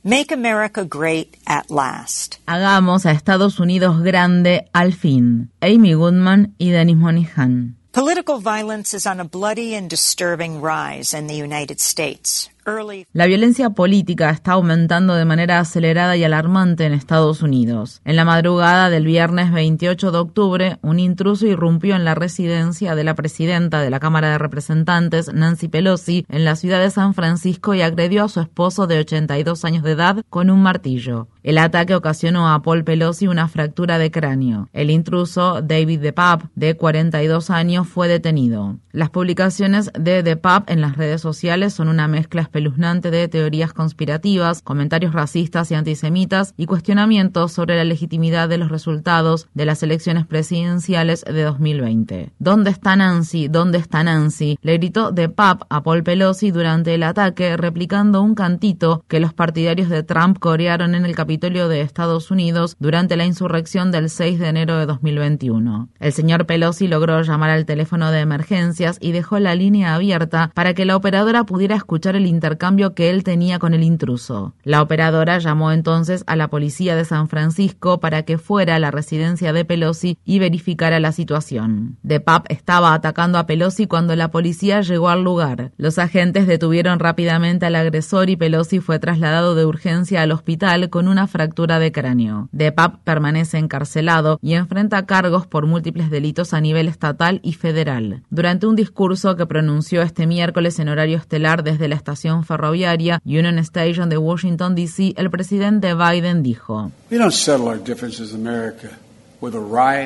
Make America Great at Last. Hagamos a Estados Unidos grande al fin. Amy Goodman y Dennis Moynihan. Political violence is on a bloody and disturbing rise in the United States. La violencia política está aumentando de manera acelerada y alarmante en Estados Unidos. En la madrugada del viernes 28 de octubre, un intruso irrumpió en la residencia de la presidenta de la Cámara de Representantes, Nancy Pelosi, en la ciudad de San Francisco y agredió a su esposo de 82 años de edad con un martillo. El ataque ocasionó a Paul Pelosi una fractura de cráneo. El intruso, David DePape, de 42 años, fue detenido. Las publicaciones de DePape en las redes sociales son una mezcla espeluznante de teorías conspirativas, comentarios racistas y antisemitas y cuestionamientos sobre la legitimidad de los resultados de las elecciones presidenciales de 2020. ¿Dónde está Nancy? ¿Dónde está Nancy?, le gritó DePape a Paul Pelosi durante el ataque, replicando un cantito que los partidarios de Trump corearon en el Capitolio de Estados Unidos durante la insurrección del 6 de enero de 2021. El señor Pelosi logró llamar al teléfono de emergencias y dejó la línea abierta para que la operadora pudiera escuchar el intercambio que él tenía con el intruso. La operadora llamó entonces a la policía de San Francisco para que fuera a la residencia de Pelosi y verificara la situación. DePape estaba atacando a Pelosi cuando la policía llegó al lugar. Los agentes detuvieron rápidamente al agresor y Pelosi fue trasladado de urgencia al hospital con una fractura de cráneo. DePape permanece encarcelado y enfrenta cargos por múltiples delitos a nivel estatal y federal. Durante un discurso que pronunció este miércoles en horario estelar desde la estación ferroviaria Union Station de Washington, D.C., el presidente Biden dijo: We don't settle our differences in America with a riot,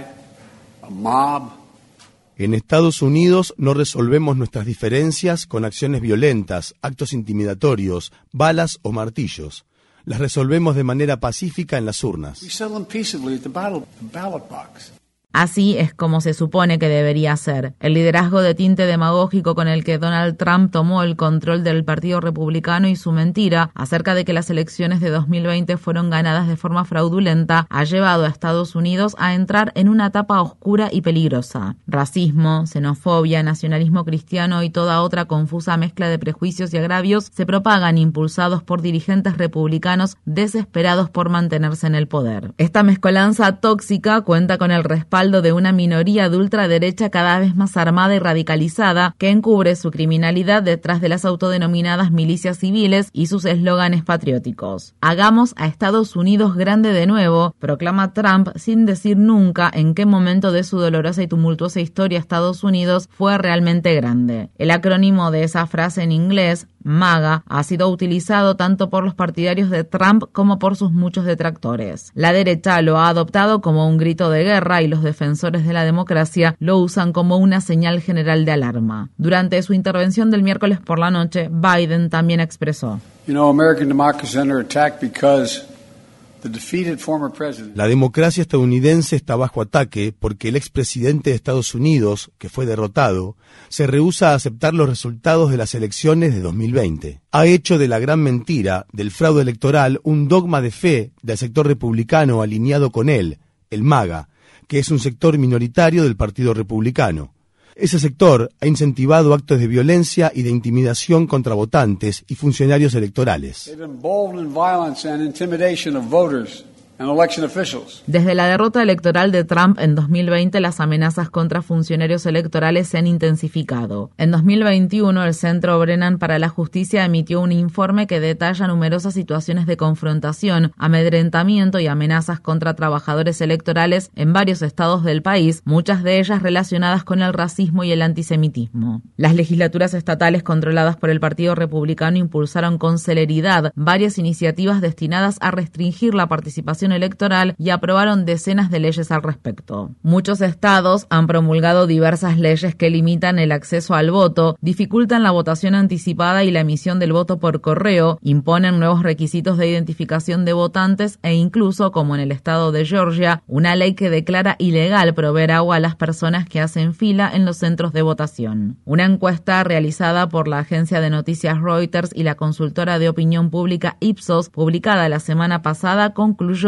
a mob. En Estados Unidos no resolvemos nuestras diferencias con acciones violentas, actos intimidatorios, balas o martillos. Las resolvemos de manera pacífica en las urnas. We settle them peaceably at the ballot box. Así es como se supone que debería ser. El liderazgo de tinte demagógico con el que Donald Trump tomó el control del Partido Republicano y su mentira acerca de que las elecciones de 2020 fueron ganadas de forma fraudulenta ha llevado a Estados Unidos a entrar en una etapa oscura y peligrosa. Racismo, xenofobia, nacionalismo cristiano y toda otra confusa mezcla de prejuicios y agravios se propagan impulsados por dirigentes republicanos desesperados por mantenerse en el poder. Esta mezcolanza tóxica cuenta con el respaldo de una minoría de ultraderecha cada vez más armada y radicalizada que encubre su criminalidad detrás de las autodenominadas milicias civiles y sus eslóganes patrióticos. Hagamos a Estados Unidos grande de nuevo, proclama Trump sin decir nunca en qué momento de su dolorosa y tumultuosa historia Estados Unidos fue realmente grande. El acrónimo de esa frase en inglés, MAGA, ha sido utilizado tanto por los partidarios de Trump como por sus muchos detractores. La derecha lo ha adoptado como un grito de guerra y los defensores de la democracia lo usan como una señal general de alarma. Durante su intervención del miércoles por la noche, Biden también expresó: American democracy is under attack because la democracia estadounidense está bajo ataque porque el expresidente de Estados Unidos, que fue derrotado, se rehúsa a aceptar los resultados de las elecciones de 2020. Ha hecho de la gran mentira del fraude electoral un dogma de fe del sector republicano alineado con él, el MAGA, que es un sector minoritario del Partido Republicano. Ese sector ha incentivado actos de violencia y de intimidación contra votantes y funcionarios electorales. Desde la derrota electoral de Trump en 2020, las amenazas contra funcionarios electorales se han intensificado. En 2021, el Centro Brennan para la Justicia emitió un informe que detalla numerosas situaciones de confrontación, amedrentamiento y amenazas contra trabajadores electorales en varios estados del país, muchas de ellas relacionadas con el racismo y el antisemitismo. Las legislaturas estatales controladas por el Partido Republicano impulsaron con celeridad varias iniciativas destinadas a restringir la participación electoral y aprobaron decenas de leyes al respecto. Muchos estados han promulgado diversas leyes que limitan el acceso al voto, dificultan la votación anticipada y la emisión del voto por correo, imponen nuevos requisitos de identificación de votantes e incluso, como en el estado de Georgia, una ley que declara ilegal proveer agua a las personas que hacen fila en los centros de votación. Una encuesta realizada por la agencia de noticias Reuters y la consultora de opinión pública Ipsos, publicada la semana pasada, concluyó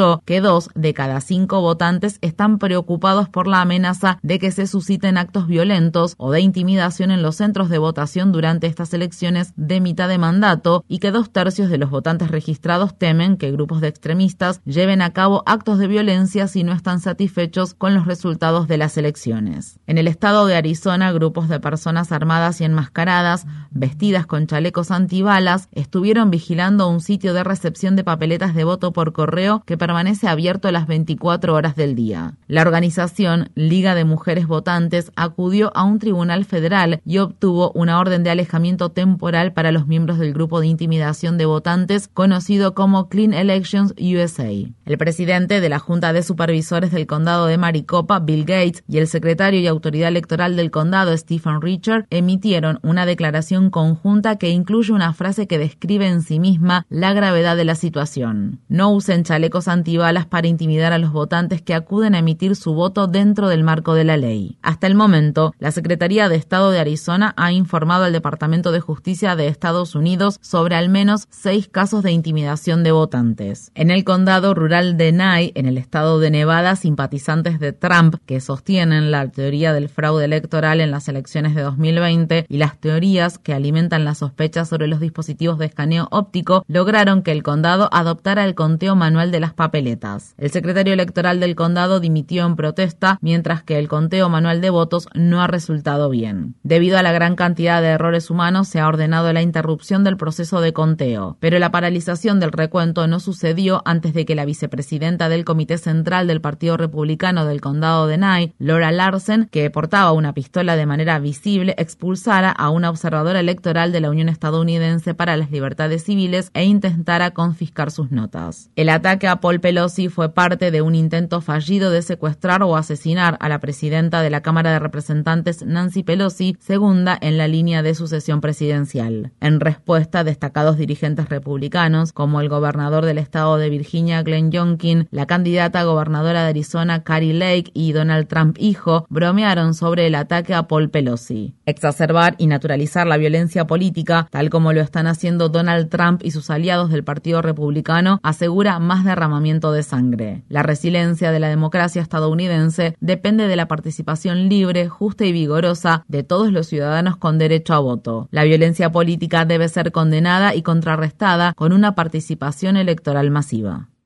aseguró que 2 de cada 5 votantes están preocupados por la amenaza de que se susciten actos violentos o de intimidación en los centros de votación durante estas elecciones de mitad de mandato y que 2/3 de los votantes registrados temen que grupos de extremistas lleven a cabo actos de violencia si no están satisfechos con los resultados de las elecciones. En el estado de Arizona, grupos de personas armadas y enmascaradas, vestidas con chalecos antibalas, estuvieron vigilando un sitio de recepción de papeletas de voto por correo que permanece abierto las 24 horas del día. La organización Liga de Mujeres Votantes acudió a un tribunal federal y obtuvo una orden de alejamiento temporal para los miembros del grupo de intimidación de votantes conocido como Clean Elections USA. El presidente de la Junta de Supervisores del Condado de Maricopa, Bill Gates, y el secretario y autoridad electoral del condado, Stephen Richer, emitieron una declaración conjunta que incluye una frase que describe en sí misma la gravedad de la situación. No usen chalecos antibalas para intimidar a los votantes que acuden a emitir su voto dentro del marco de la ley. Hasta el momento, la Secretaría de Estado de Arizona ha informado al Departamento de Justicia de Estados Unidos sobre al menos 6 casos de intimidación de votantes. En el condado rural de Nye, en el estado de Nevada, simpatizantes de Trump que sostienen la teoría del fraude electoral en las elecciones de 2020 y las teorías que alimentan las sospechas sobre los dispositivos de escaneo óptico lograron que el condado adoptara el conteo manual de las papeletas. El secretario electoral del condado dimitió en protesta, mientras que el conteo manual de votos no ha resultado bien. Debido a la gran cantidad de errores humanos, se ha ordenado la interrupción del proceso de conteo, pero la paralización del recuento no sucedió antes de que la vicepresidenta del Comité Central del Partido Republicano del condado de Nye, Laura Larsen, que portaba una pistola de manera visible, expulsara a una observadora electoral de la Unión Estadounidense para las Libertades Civiles e intentara confiscar sus notas. El ataque a Paul Pelosi fue parte de un intento fallido de secuestrar o asesinar a la presidenta de la Cámara de Representantes, Nancy Pelosi, segunda en la línea de sucesión presidencial. En respuesta, destacados dirigentes republicanos, como el gobernador del estado de Virginia, Glenn Youngkin, la candidata a gobernadora de Arizona, Kari Lake, y Donald Trump hijo, bromearon sobre el ataque a Paul Pelosi. Exacerbar y naturalizar la violencia política, tal como lo están haciendo Donald Trump y sus aliados del Partido Republicano, asegura más derramamiento de sangre. La resiliencia de la democracia estadounidense depende de la participación libre, justa y vigorosa de todos los ciudadanos con derecho a voto. La violencia política debe ser condenada y contrarrestada con una participación electoral masiva.